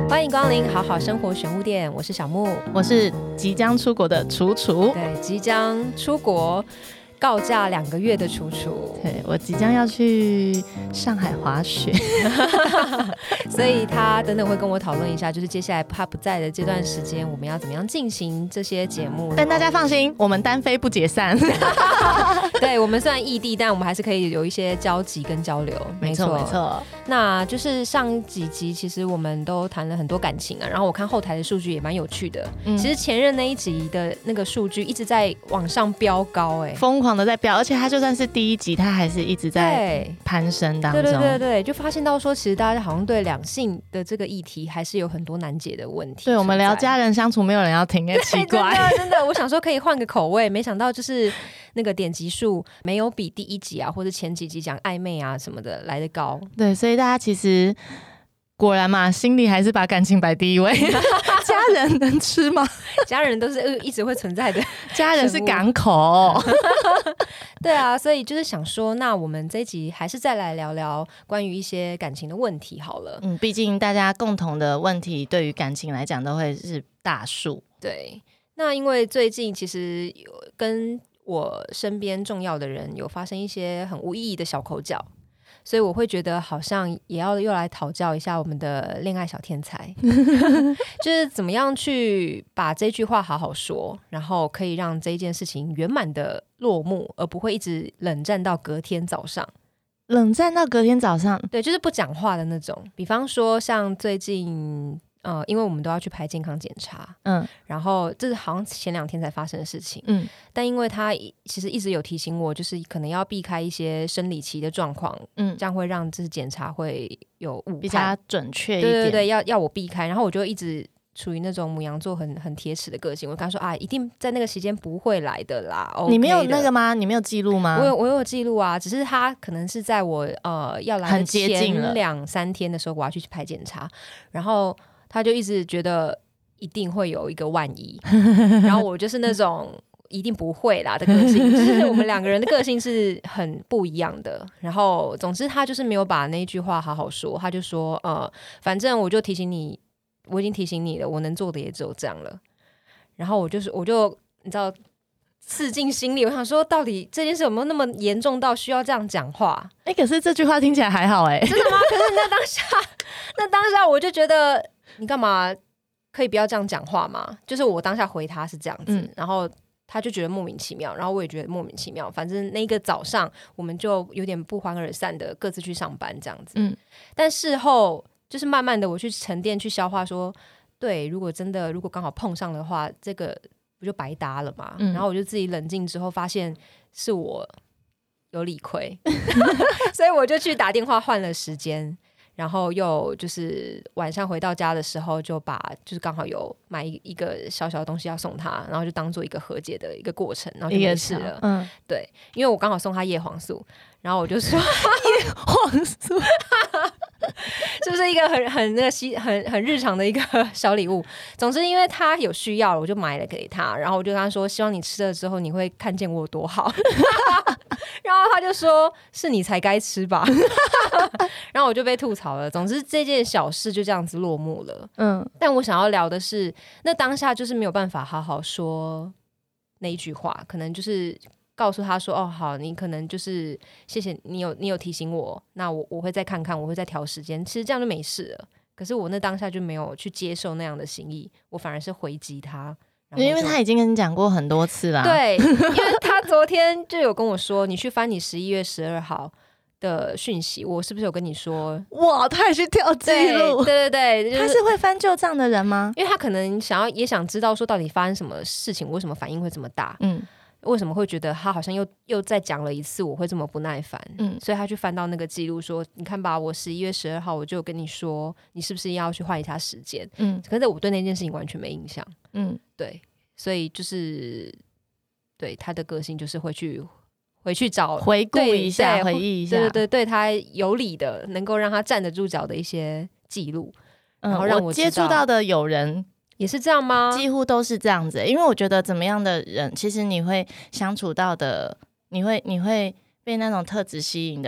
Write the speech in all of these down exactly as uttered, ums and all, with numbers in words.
欢迎光临好好生活选物店，我是小木， 我是即将出国的楚楚。 对，即将出国告假两个月的楚楚， 对，我即将要去上海滑雪所以他等等会跟我讨论一下，就是接下来他不在的这段时间我们要怎么样进行这些节目。 但大家放心，我们单飞不解散对，我们虽然异地，但我们还是可以有一些交集跟交流。 没错没错。 那就是上几集其实我们都谈了很多感情啊，然后我看后台的数据也蛮有趣的、嗯、其实前任那一集的那个数据一直在往上飙高，哎， 疯狂的在飙，而且他就算是第一集他还是一直在攀升当中。 对对对对，就发现到说其实大家好像对两性的这个议题还是有很多难解的问题。 对，我们聊家人相处没有人要听，哎，奇怪， 真的真的，我想说可以换个口味，没想到就是那个点击数没有比第一集啊或者前几集讲暧昧啊什么的来得高。 对，所以大家其实果然嘛，心里还是把感情摆第一位家人能吃吗？ 家人都是一直会存在的， 家人是港口对啊，所以就是想说，那我们这一集还是再来聊聊关于一些感情的问题好了。 嗯，毕竟大家共同的问题对于感情来讲都会是大数。 对，那因为最近其实跟我身边重要的人有发生一些很无意义的小口角，所以我会觉得好像也要又来讨教一下我们的恋爱小天才就是怎么样去把这句话好好说，然后可以让这件事情圆满的落幕，而不会一直冷战到隔天早上。 冷战到隔天早上？ 对，就是不讲话的那种。比方说像最近呃，因为我们都要去拍健康检查，嗯，然后这是好像前两天才发生的事情，嗯，但因为他其实一直有提醒我，就是可能要避开一些生理期的状况，嗯，这样会让这检查会有误判， 比较准确一点， 对对对，要要我避开，然后我就一直处于那种牡羊座很很铁齿的个性，我跟他说啊，一定在那个时间不会来的啦。OK、 你没有那个吗？你没有记录吗？ 我有，我有记录啊，只是他可能是在我呃要来的前两三天的时候，我要去拍检查，然后他就一直觉得一定会有一个万一，然后我就是那种一定不会啦的个性，就是我们两个人的个性是很不一样的。然后总之他就是没有把那句话好好说，他就说呃，反正我就提醒你，我已经提醒你了，我能做的也只有这样了。然后我就是我就你知道刺进心里，我想说到底这件事有没有那么严重到需要这样讲话？ 哎、欸，可是这句话听起来还好哎、欸， 真的吗？可是那当下那当下我就觉得你干嘛可以不要这样讲话吗？就是我当下回他是这样子、嗯、然后他就觉得莫名其妙，然后我也觉得莫名其妙，反正那个早上我们就有点不欢而散的各自去上班这样子、嗯、但事后就是慢慢的我去沉淀去消化说，对，如果真的如果刚好碰上的话，这个不就白搭了嘛、嗯、然后我就自己冷静之后发现是我有理亏所以我就去打电话换了时间，然后又就是晚上回到家的时候就把就是刚好有买一个小小的东西要送他，然后就当做一个和解的一个过程，然后就没事了。嗯，对，因为我刚好送他叶黄素，然后我就说叶黄素就是一个很很那个很很日常的一个小礼物。总之因为他有需要了，我就买了给他，然后我就跟他说希望你吃了之后你会看见我有多好然后他就说是你才该吃吧然后我就被吐槽了。总之这件小事就这样子落幕了。嗯，但我想要聊的是那当下就是没有办法好好说那一句话，可能就是告诉他说哦好，你可能就是谢谢你有你有提醒我，那我我会再看看，我会再调时间，其实这样就没事了。可是我那当下就没有去接受那样的心意，我反而是回击他， 因为他已经跟你讲过很多次啦。 对，因为他昨天就有跟我说你去翻你十一月十二号的讯息，我是不是有跟你说？ 哇，他也去调记录。 对对对对、就是、 他是会翻旧账的人吗？ 因为他可能想要也想知道说到底发生什么事情，为什么反应会这么大，嗯，为什么会觉得他好像又又再讲了一次我会这么不耐烦，嗯，所以他去翻到那个记录说你看吧，我十一月十二号我就有跟你说你是不是要去换一下时间，嗯，可是我对那件事情完全没印象，嗯，对，所以就是对他的个性就是会去回去找回顾一下回忆一下， 对对对，对他有理的能够让他站得住脚的一些记录、嗯、然后让 我, 我接触到的友人也是这样吗？ 几乎都是这样子，因为我觉得怎么样的人其实你会相处到的，你会你会被那种特质吸引的，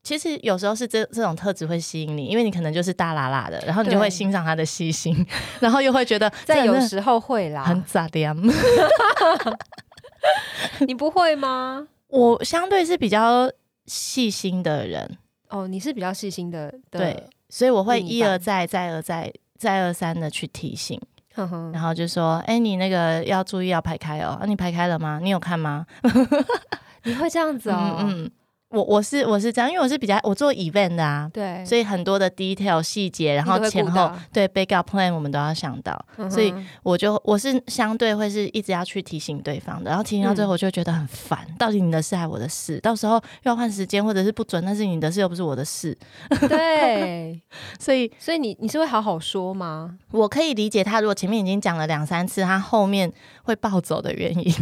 其实有时候是这这种特质会吸引你，因为你可能就是大喇喇的，然后你就会欣赏他的细心，然后又会觉得在有时候会啦， 很杂念。 你不会吗？ 我相对是比较细心的人。 哦，你是比较细心的，的对，所以我会一而再再而再再而三的去提醒， 呵呵， 然后就说哎、欸，你那个要注意要排开哦、啊、你排开了吗？你有看吗？ 你会这样子哦？ 嗯嗯，我我是我是这样，因为我是比较我做 event 的啊， 对， 所以很多的 detail 细节，然后前后对 backup plan 我们都要想到，嗯、所以我就我是相对会是一直要去提醒对方的，然后提醒到最后我就觉得很烦、嗯，到底你的事还是我的事？到时候又要换时间或者是不准，那是你的事又不是我的事。 对， 所以所以你你是会好好说吗？ 我可以理解他如果前面已经讲了两三次，他后面会暴走的原因。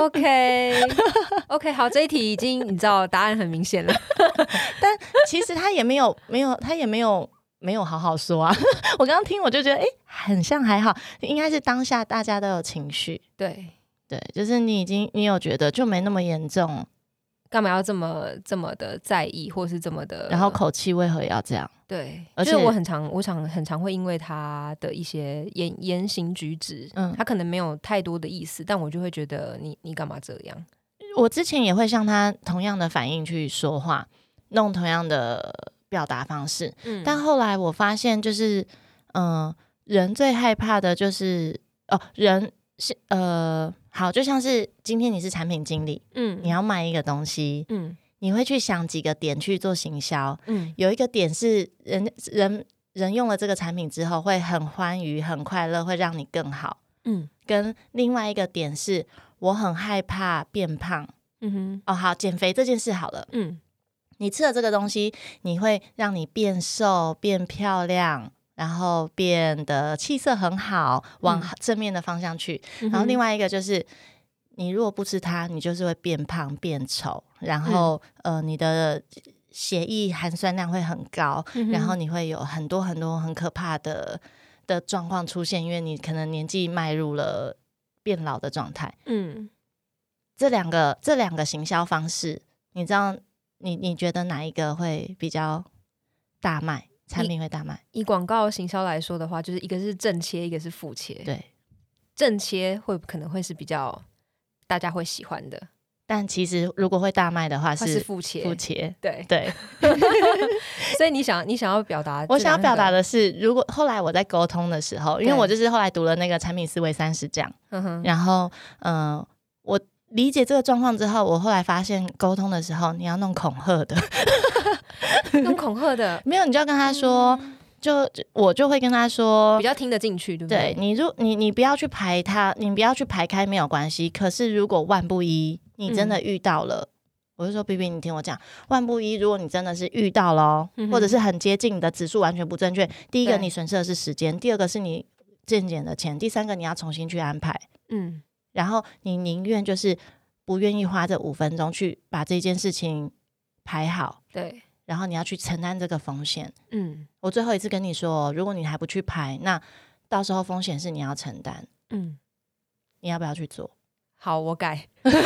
OK OK， 好，这一题已经你知道答案很明显了。 但其实他也没有没有他也没有没有好好说啊。我刚刚听我就觉得哎、欸，很像还好，应该是当下大家都有情绪。 对对，就是你已经你有觉得就没那么严重， 干嘛要这么这么的在意，或是这么的， 然后口气为何要这样？ 对， 而且就是我很常我常很常会因为他的一些言言行举止，嗯，他可能没有太多的意思，但我就会觉得你你干嘛这样？ 我之前也会像他同样的反应去说话，弄同样的表达方式、嗯、但后来我发现就是嗯、呃，人最害怕的就是哦，人是呃好，就像是今天你是产品经理，嗯，你要卖一个东西，嗯，你会去想几个点去做行销，嗯，有一个点是人人人用了这个产品之后会很欢愉很快乐，会让你更好，嗯，跟另外一个点是我很害怕变胖，嗯哼，哦好，减肥这件事好了，嗯，你吃了这个东西，你会让你变瘦、变漂亮，然后变得气色很好，往正面的方向去。嗯、然后另外一个就是，你如果不吃它，你就是会变胖、变丑，然后、嗯、呃，你的血液含酸量会很高、嗯，然后你会有很多很多很可怕的的状况出现，因为你可能年纪迈入了变老的状态，嗯。这两个这两个行销方式，你知道你你觉得哪一个会比较大卖？产品会大卖？ 以广告行销来说的话，就是一个是正切，一个是负切。 对， 正切会可能会是比较大家会喜欢的， 但其实如果会大卖的话是， 是负切。 负切， 对对。 所以你想你想要表达， 我想要表达的是，如果后来我在沟通的时候，因为我就是后来读了那个产品思维三十讲，然后嗯、呃，我。理解这个状况之后，我后来发现沟通的时候你要弄恐吓的弄恐吓的没有，你就要跟他说、嗯、就我就会跟他说比较听得进去，对不对？ 对，你如你你不要去排他，你不要去排开没有关系，可是如果万不一你真的遇到了、嗯、我就说 B B 你听我讲，万不一如果你真的是遇到了、嗯、或者是很接近你的指数完全不正确，第一个你损失的是时间，第二个是你渐渐的钱，第三个你要重新去安排，嗯，然后你宁愿就是不愿意花这五分钟去把这件事情排好， 对， 然后你要去承担这个风险。嗯，我最后一次跟你说，如果你还不去排，那到时候风险是你要承担。嗯，你要不要去做？ 好，我改。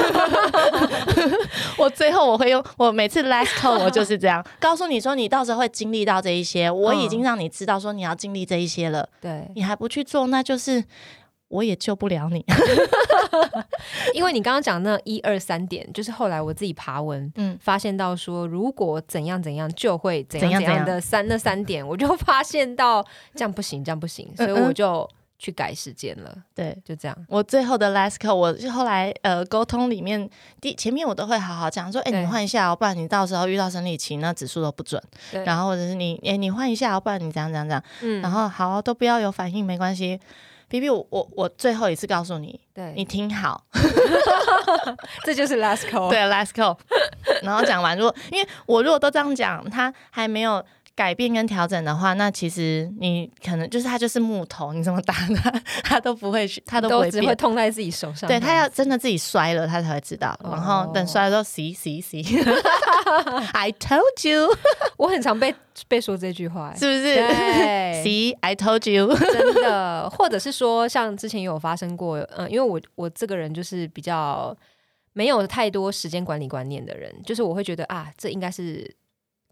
我最后我会用，我每次 last call 我就是这样告诉你说，你到时候会经历到这一些，我已经让你知道说你要经历这一些了。 对， 你还不去做，那就是我也救不了你。 因为你刚刚讲那一二三点，就是后来我自己爬文、嗯、发现到说如果怎样怎样就会怎样怎样的三那三点，我就发现到这样不行这样不行，所以我就去改时间了。对，就这样。 我最后的 last call 我就后来呃沟通里面第前面我都会好好讲说，哎、欸，你换一下、哦、不然你到时候遇到生理期那指数都不准，然后或者是你哎、欸、你换一下、哦、不然你怎样怎样怎样、嗯、然后好都不要有反应没关系。B B 我我我最后一次告诉你，对，你听好， 这就是 last call， 对 last call。然后讲完，如果因为我如果都这样讲，他还没有改变跟调整的话，那其实你可能就是他就是木头，你怎么打他，他都不会，他都不会变， 都只会痛在自己手上。 对，他要真的自己摔了，他才会知道。哦、然后等摔了之后，洗洗洗。I told you， 我很常被被说这句话， 是不是？对 ，See I told you， 真的，或者是说，像之前也有发生过，嗯，因为我我这个人就是比较没有太多时间管理观念的人，就是我会觉得啊，这应该是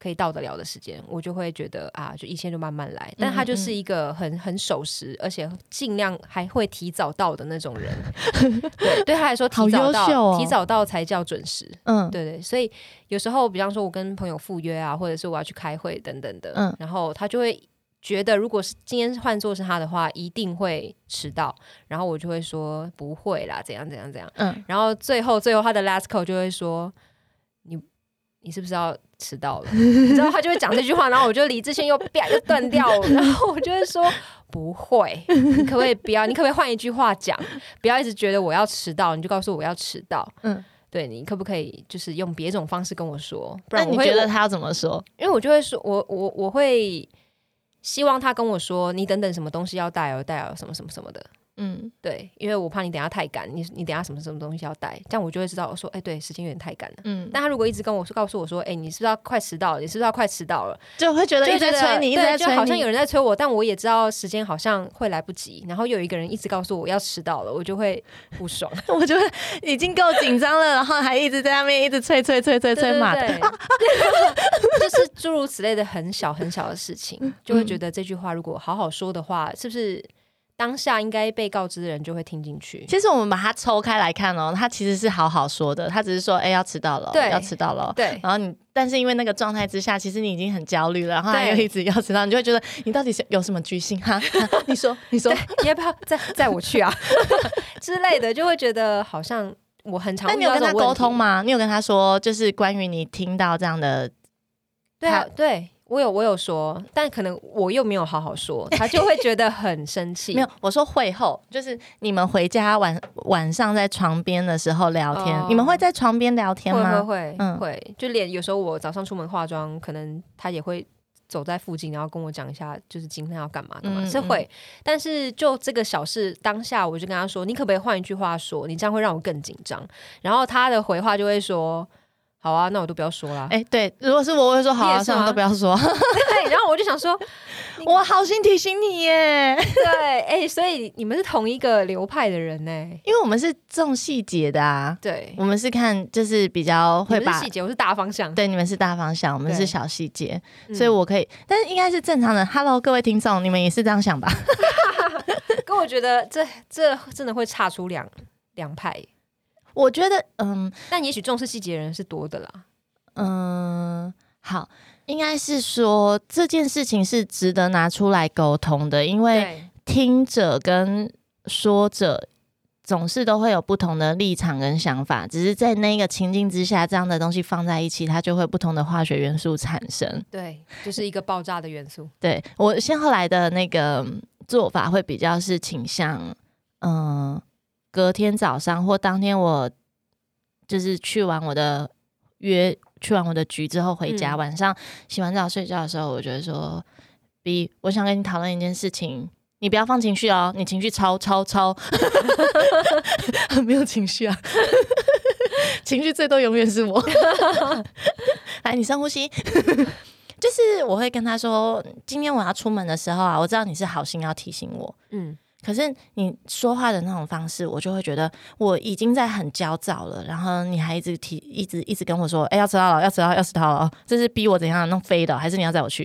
可以到得了的时间，我就会觉得啊，就一切就慢慢来。但他就是一个很很守时，而且尽量还会提早到的那种人。对，对他来说提早到、哦、提早到才叫准时。嗯，对对，所以有时候，比方说我跟朋友赴约啊，或者是我要去开会等等的，嗯，然后他就会觉得，如果是今天换作是他的话，一定会迟到。然后我就会说不会啦，怎样怎样怎样。嗯，然后最后最后他的 last call 就会说你。你是不是要迟到了？你知道他就会讲这句话，然后我就理智线又啪就断掉了，然后我就会说不会，你可不可以不要？你可不可以换一句话讲？不要一直觉得我要迟到，你就告诉我我要迟到。嗯，对，你可不可以就是用别种方式跟我说？不然我会那你觉得他要怎么说？ 因为我就会说，我我我会希望他跟我说，你等等什么东西要带哦，带哦什么什么什么的。嗯，对，因为我怕你等一下太赶，你你等一下什么什么东西要带，这样我就会知道我说，哎、欸，对，时间有点太赶了。嗯，但他如果一直跟我说，告诉我说，哎、欸，你是不是要快迟到了？你是不是要快迟到了？ 就会觉得一直在催你，一直在催你， 就好像有人在催我，但我也知道时间好像会来不及。然后有一个人一直告诉我要迟到了，我就会不爽， 我就会已经够紧张了，然后还一直在那边一直催催催催催骂的， 就是诸如此类的很小很小的事情，就会觉得这句话如果好好说的话，是不是？当下应该被告知的人就会听进去。 其实我们把它抽开来看哦，他其实是好好说的，他只是说哎、欸、要迟到了，要迟到了， 对。 然后你，但是因为那个状态之下，其实你已经很焦虑了，然后他又一直要迟到，你就会觉得你到底是有什么居心哈？你说，你说， 你要不要再载我去啊之类的，就会觉得好像我很常。 那你有跟他沟通吗？你有跟他说，就是关于你听到这样的？ 对啊，对。我有我有说，但可能我又没有好好说，他就会觉得很生气。 没有，我说会后，就是你们回家晚晚上在床边的时候聊天，哦、你们会在床边聊天吗？ 会会会、嗯、会，就连有时候我早上出门化妆，可能他也会走在附近，然后跟我讲一下，就是今天要干嘛干嘛，嗯、是会。但是就这个小事当下，我就跟他说，你可不可以换一句话说？你这样会让我更紧张。然后他的回话就会说。好啊，那我都不要说啦。 哎、欸，对，如果是我，我会说好啊，算了，都不要说。 对，然后我就想说， 我好心提醒你耶。 对，哎、欸，所以你们是同一个流派的人呢？ 因为我们是重细节的啊。 对， 我们是看就是比较会把细节，我是大方向。 对，你们是大方向，我们是小细节，所以我可以，但是应该是正常的。Hello， 各位听众，你们也是这样想吧？ 跟我觉得这这真的会差出两两派。 我觉得，嗯， 但也许重视细节的人是多的啦。 嗯，好，应该是说这件事情是值得拿出来沟通的，因为听者跟说者总是都会有不同的立场跟想法，只是在那个情境之下，这样的东西放在一起，它就会不同的化学元素产生。 对，就是一个爆炸的元素。 对，我先后来的那个做法会比较是倾向，嗯。隔天早上或当天我就是去完我的约去完我的局之后回家、嗯、晚上洗完澡睡觉的时候，我觉得说 B 我想跟你讨论一件事情，你不要放情绪哦，你情绪超超超没有情绪啊情绪最多永远是我来你深呼吸就是我会跟他说今天我要出门的时候啊，我知道你是好心要提醒我，嗯，可是你说话的那种方式，我就会觉得我已经在很焦躁了，然后你还一直提，一直一直跟我说，哎、欸，要迟到了，要迟到了，要迟到了，这是逼我怎样弄飞的，还是你要载我去？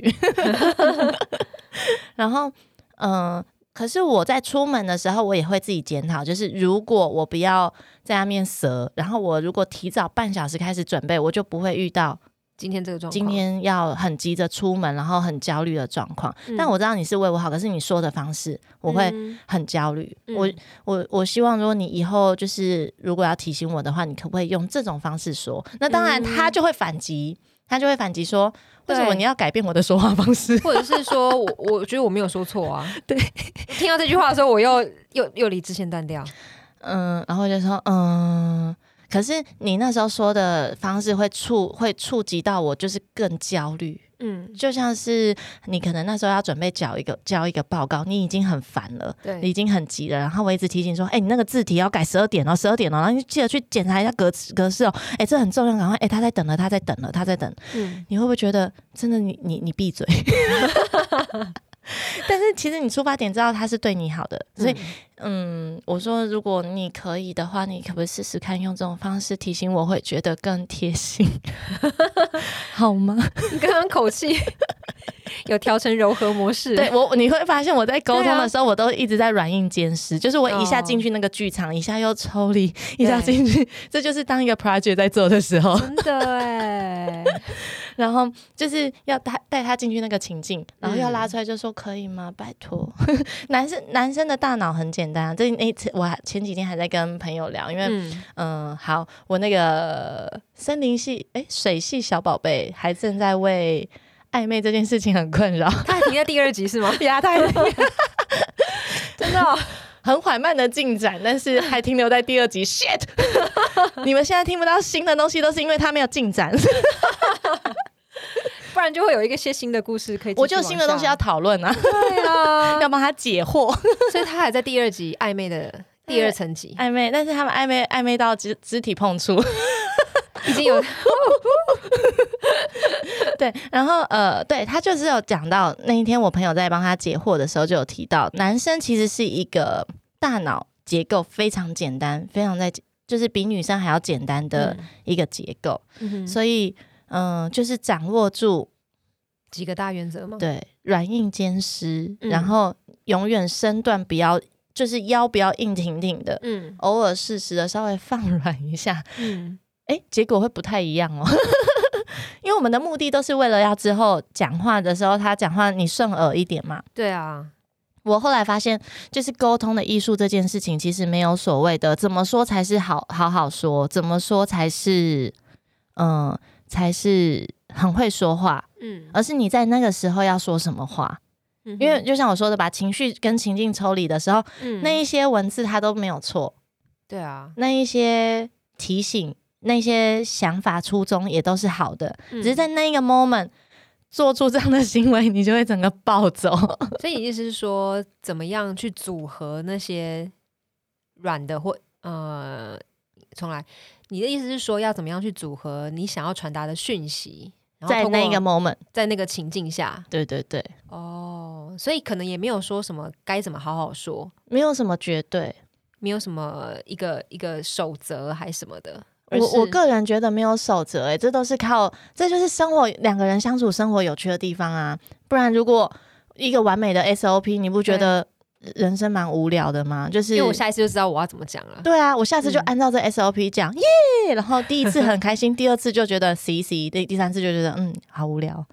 然后，嗯、呃，可是我在出门的时候，我也会自己检讨，就是如果我不要在那边折，然后我如果提早半小时开始准备，我就不会遇到。 今天这个状况， 今天要很急着出门，然后很焦虑的状况、嗯。但我知道你是为我好，可是你说的方式，我会很焦虑、嗯。我我我希望，如果你以后就是如果要提醒我的话，你可不可以用这种方式说？那当然，他就会反击，他就会反击说，为什么你要改变我的说话方式？ 或者是说我我觉得我没有说错啊。对，听到这句话的时候，我又又又理智线断掉。 嗯，然后就说嗯。可是你那时候说的方式会触会触及到我，就是更焦虑。嗯，就像是你可能那时候要准备交一个交一个报告，你已经很烦了，对，你已经很急了，然后我一直提醒说，哎、欸，你那个字体要改十二点哦，十二点哦，然后你记得去检查一下格格式哦，哎、欸，这很重要，赶快，哎、欸，他在等了，他在等了，他在等，嗯，你会不会觉得真的你你你闭嘴？ 但是其实你出发点知道他是对你好的，所以嗯, 嗯，我说如果你可以的话，你可不可以试试看用这种方式提醒我，会觉得更贴心好吗？ 你刚刚口气有调成柔和模式。 对，我你会发现我在沟通的时候、啊、我都一直在软硬兼施，就是我一下进去那个剧场、哦、一下又抽离，一下进去，这就是当一个 project 在做的时候。 真的耶然后就是要带他进去那个情境，然后要拉出来就说可以吗？拜托。男生男生的大脑很简单、啊、这那次我前几天还在跟朋友聊，因为嗯、呃、好，我那个森林系哎水系小宝贝还正在为暧昧这件事情很困扰。 他还停在第二集是吗？ 呀，他还真的、哦、 很缓慢的进展，但是还停留在第二集。shit 你们现在听不到新的东西都是因为他没有进展不然就会有一个些新的故事可以继续往下。 我就有新的东西要讨论啊。 对啊要帮他解惑所以他还在第二集暧昧的第二层级暧昧，但是他们暧昧暧昧到肢肢体碰触已经有对，然后呃，对他就是有讲到那一天我朋友在帮他解惑的时候就有提到，男生其实是一个大脑结构非常简单，非常在就是比女生还要简单的一个结构、嗯、所以嗯、呃，就是掌握住几个大原则吗？ 对，软硬兼施、嗯、然后永远身段不要就是腰不要硬挺挺的，嗯，偶尔适时的稍微放软一下，嗯，哎，结果会不太一样哦因为我们的目的都是为了要之后讲话的时候他讲话你顺耳一点嘛。 对啊， 我后来发现就是沟通的艺术这件事情其实没有所谓的怎么说才是好好好说，怎么说才是嗯、呃、才是很会说话，嗯，而是你在那个时候要说什么话、嗯、因为就像我说的把情绪跟情境抽离的时候、嗯、那一些文字它都没有错， 对啊， 那一些提醒那些想法初衷也都是好的、嗯、只是在那一个 moment 做出这样的行为你就会整个暴走所以你意思是说怎么样去组合那些软的或呃，重来，你的意思是说要怎么样去组合你想要传达的讯息，然后在那个 moment 在那个情境下， 对对对， 哦，所以可能也没有说什么该怎么好好说， 没有什么绝对， 没有什么一个一个守则还什么的， 我我个人觉得没有守则、欸、这都是靠，这就是生活两个人相处生活有趣的地方啊，不然如果一个完美的 S O P 你不觉得人生蛮无聊的吗？就是因为我下一次就知道我要怎么讲了。 对啊，我下次就按照这 S O P 讲耶、嗯，然后第一次很开心第二次就觉得 C C 第第三次就觉得嗯好无聊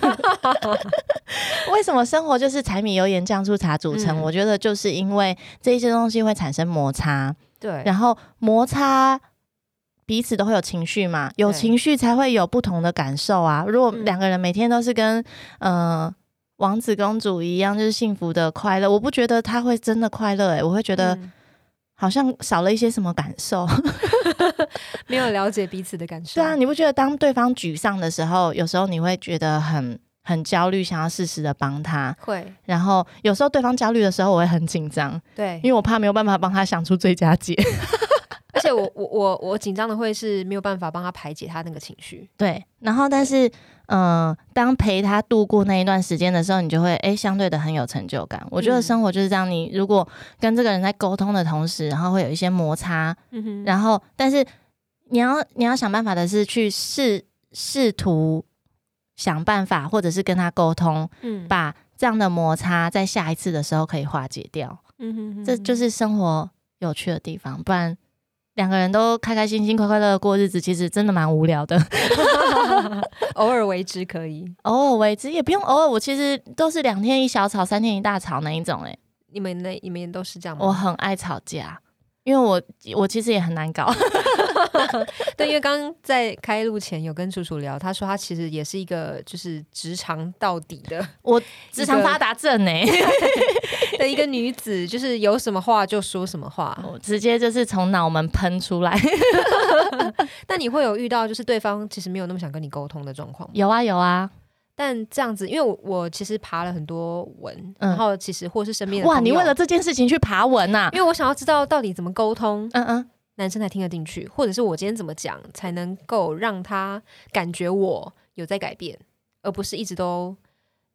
为什么生活就是柴米油盐酱醋茶组成、嗯、我觉得就是因为这些东西会产生摩擦， 对， 然后摩擦彼此都会有情绪嘛，有情绪才会有不同的感受啊。如果两个人每天都是跟呃王子公主一样就是幸福的快乐，我不觉得他会真的快乐、欸、我会觉得好像少了一些什么感受没有了解彼此的感受。 对啊，你不觉得当对方沮丧的时候有时候你会觉得很很焦虑，想要适时的帮他， 会， 然后有时候对方焦虑的时候我会很紧张，对，因为我怕没有办法帮他想出最佳解而且我我我我紧张的会是没有办法帮他排解他那个情绪， 对，然后但是嗯、呃，当陪他度过那一段时间的时候你就会哎相对的很有成就感。我觉得生活就是这样，你如果跟这个人在沟通的同时然后会有一些摩擦、嗯、然后但是你要你要想办法的是去试试图想办法或者是跟他沟通、嗯、把这样的摩擦在下一次的时候可以化解掉、嗯、哼哼哼，这就是生活有趣的地方，不然两个人都开开心心快快乐乐过日子其实真的蛮无聊的偶尔为之可以， 偶尔为之也不用偶尔，我其实都是两天一小吵三天一大吵那一种、欸、 你们那你们都是这样吗？ 我很爱吵架，因为我我其实也很难搞对，因为刚刚在开录前有跟楚楚聊，他说他其实也是一个就是直肠到底的， 我直肠发达症欸的一个女子，就是有什么话就说什么话， 我直接就是从脑门喷出来但你会有遇到就是对方其实没有那么想跟你沟通的状况吗？ 有啊有啊， 但这样子因为 我, 我其实爬了很多文、嗯、然后其实或是身边的朋友， 哇你为了这件事情去爬文啊？ 因为我想要知道到底怎么沟通，嗯嗯，男生才听得进去，或者是我今天怎么讲才能够让他感觉我有在改变，而不是一直都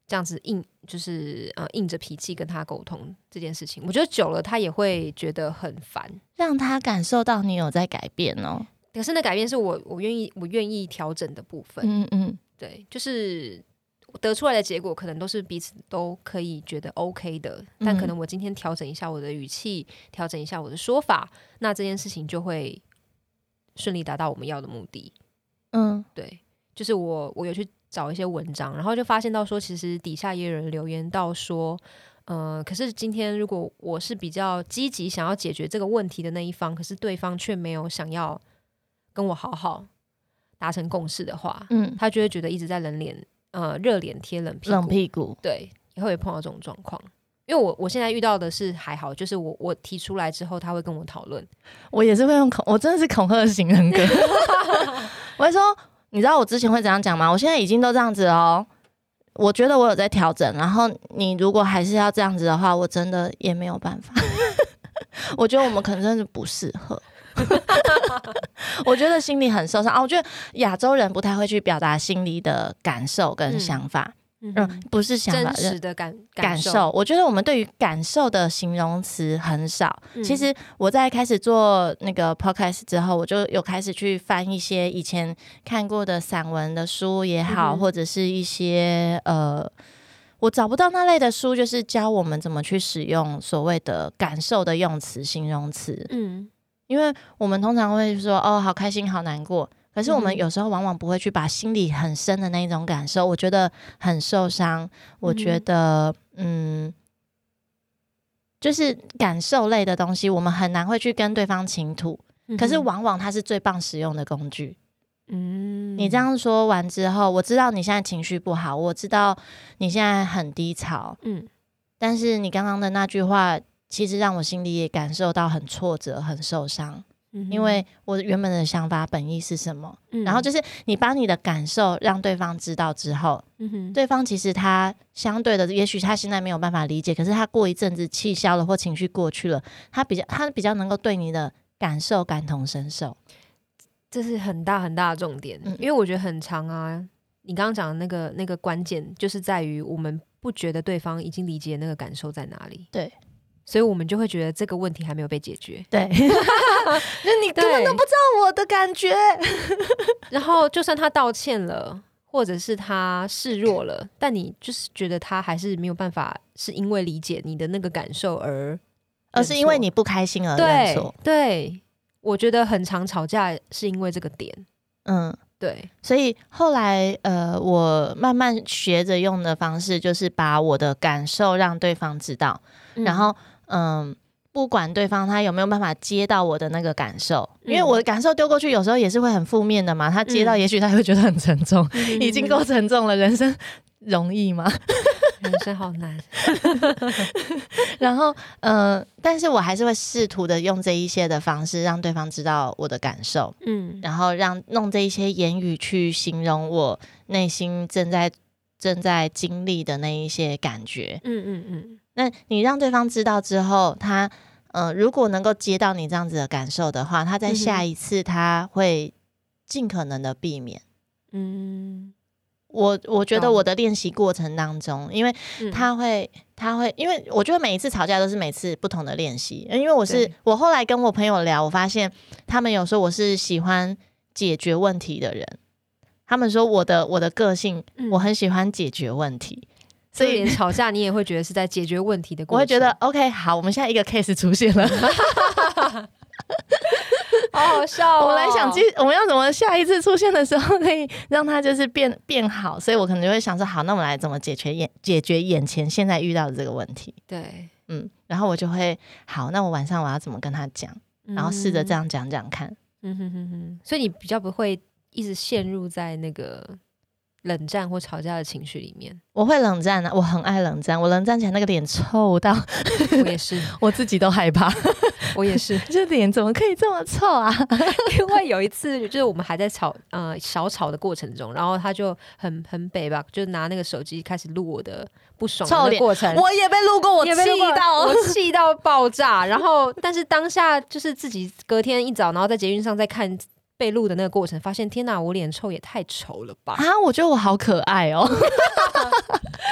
这样子硬就是呃硬着脾气跟他沟通这件事情，我觉得久了他也会觉得很烦， 让他感受到你有在改变哦。 可是那改变是我我愿意我愿意调整的部分，嗯嗯，对，就是得出来的结果可能都是彼此都可以觉得 OK 的，但可能我今天调整一下我的语气，调整一下我的说法，那这件事情就会顺利达到我们要的目的。嗯，对，就是我我有去找一些文章，然后就发现到说，其实底下也有人留言到说，呃，可是今天如果我是比较积极想要解决这个问题的那一方，可是对方却没有想要跟我好好达成共识的话，嗯，他就会觉得一直在冷脸，呃，热脸贴冷屁股， 冷屁股， 对，也会碰到这种状况。因为我我现在遇到的是还好，就是我我提出来之后，他会跟我讨论。 我也是会用恐，我真的是恐吓型人格。我会说，你知道我之前会怎样讲吗？我现在已经都这样子哦，我觉得我有在调整。然后你如果还是要这样子的话，我真的也没有办法。我觉得我们可能真的不适合。我觉得心里很受伤啊。我觉得亚洲人不太会去表达心里的感受跟想法。嗯嗯，不是想法， 真实的感感受。我觉得我们对于感受的形容词很少。嗯、其实我在开始做那个 podcast 之后，我就有开始去翻一些以前看过的散文的书也好，嗯、或者是一些呃，我找不到那类的书，就是教我们怎么去使用所谓的感受的用词、形容词。嗯，因为我们通常会说哦，好开心，好难过。可是我们有时候往往不会去把心里很深的那一种感受，我觉得很受伤，我觉得 嗯, 嗯，就是感受类的东西，我们很难会去跟对方倾吐，嗯、可是往往它是最棒使用的工具。嗯，你这样说完之后，我知道你现在情绪不好，我知道你现在很低潮，嗯，但是你刚刚的那句话，其实让我心里也感受到很挫折，很受伤。因为我原本的想法本意是什么、嗯、然后就是你把你的感受让对方知道之后、嗯、对方其实他相对的也许他现在没有办法理解，可是他过一阵子气消了或情绪过去了，他比较他比较能够对你的感受感同身受， 这是很大很大的重点、嗯、因为我觉得很长啊，你刚刚讲的那个那个关键就是在于我们不觉得对方已经理解那个感受在哪里， 对， 所以我们就会觉得这个问题还没有被解决， 对就你根本都不知道我的感觉然后就算他道歉了或者是他示弱了，但你就是觉得他还是没有办法是因为理解你的那个感受而而是因为你不开心而认错， 对，对，我觉得很常吵架是因为这个点，嗯，对， 所以后来呃，我慢慢学着用的方式就是把我的感受让对方知道、嗯、然后嗯，不管对方他有没有办法接到我的那个感受、嗯、因为我的感受丢过去有时候也是会很负面的嘛，他接到也许他会觉得很沉重、嗯、已经够沉重了，人生容易吗？ 人生好难然后呃，但是我还是会试图的用这一些的方式让对方知道我的感受，嗯，然后让弄这一些言语去形容我内心正在正在经历的那一些感觉，嗯嗯嗯。那你让对方知道之后，他呃，如果能够接到你这样子的感受的话，他在下一次他会尽可能的避免，嗯。我我觉得我的练习过程当中，因为他会、嗯、他会，因为我觉得每一次吵架都是每次不同的练习，因为我是我后来跟我朋友聊，我发现他们有说我是喜欢解决问题的人，他们说我的我的个性、嗯、我很喜欢解决问题， 所以连吵架你也会觉得是在解决问题的过程， 我会觉得 OK 好，我们现在一个 case 出现了好好笑、哦、 我来想我们要怎么下一次出现的时候可以让它就是变变好，所以我可能就会想说好，那我们来怎么解决眼解决眼前现在遇到的这个问题， 对， 嗯，然后我就会好，那我晚上我要怎么跟他讲、嗯、然后试着这样讲讲看， 嗯哼哼哼，所以你比较不会一直陷入在那个冷战或吵架的情绪里面。 我会冷战啊，我很爱冷战，我冷战起来那个脸臭到我也是我自己都害怕我也是这脸怎么可以这么臭啊因为有一次就是我们还在吵呃小吵的过程中，然后他就很很北吧，就拿那个手机开始录我的不爽的过程， 我也被录过，我气到我气到爆炸然后但是当下就是自己隔天一早然后在捷运上再看被录的那个过程，发现天哪，我脸臭也太丑了吧啊！ 我觉得我好可爱哦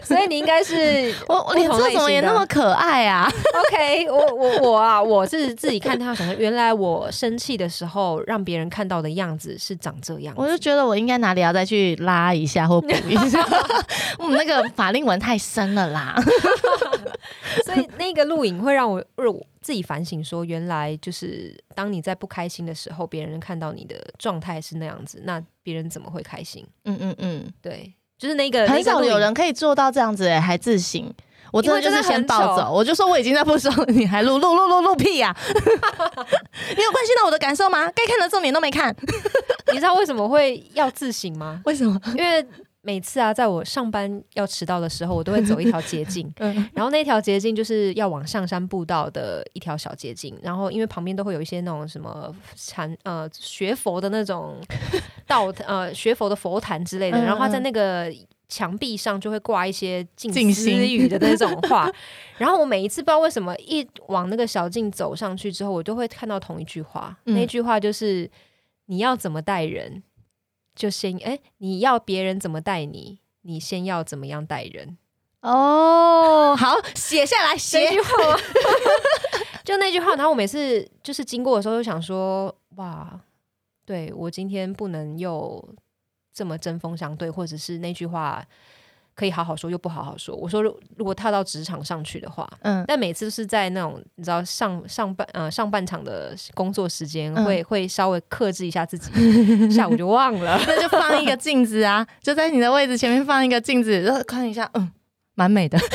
所以你应该是我你做什么也那么可爱啊 ？OK， 我我我啊，我是自己看他想说，原来我生气的时候让别人看到的样子是长这样子， 我就觉得我应该哪里要再去拉一下或补一下，我们那个法令纹太深了啦。 所以那个录影会让我自己反省说，原来就是当你在不开心的时候，别人看到你的状态是那样子，那别人怎么会开心？嗯嗯嗯，对。就是那个很少有人可以做到这样子、欸、还自省。我真的就是先暴走，我就说我已经在不爽了，你还录录录录录屁呀、啊？你有关心到我的感受吗？该看的重点都没看。 你知道为什么会要自省吗？ 为什么？ 因为每次啊，在我上班要迟到的时候，我都会走一条捷径，嗯、然后那条捷径就是要往上山步道的一条小捷径，然后因为旁边都会有一些那种什么禅呃学佛的那种道呃学佛的佛坛之类的，然后他在那个墙壁上就会挂一些静思语的那种话，然后我每一次不知道为什么一往那个小径走上去之后，我就会看到同一句话，嗯、那句话就是你要怎么待人。就先哎，你要别人怎么待你，你先要怎么样待人。 哦，好，写下来，写那句话吗？就那句话，然后我每次就是经过的时候，就想说，哇，对我今天不能又这么针锋相对，或者是那句话可以好好说又不好好说。我说，如果踏到职场上去的话，嗯，但每次都是在那种你知道上上半呃上半场的工作时间，嗯、会会稍微克制一下自己，下午就忘了。 那就放一个镜子啊，就在你的位置前面放一个镜子，然后看一下，嗯，蛮美的，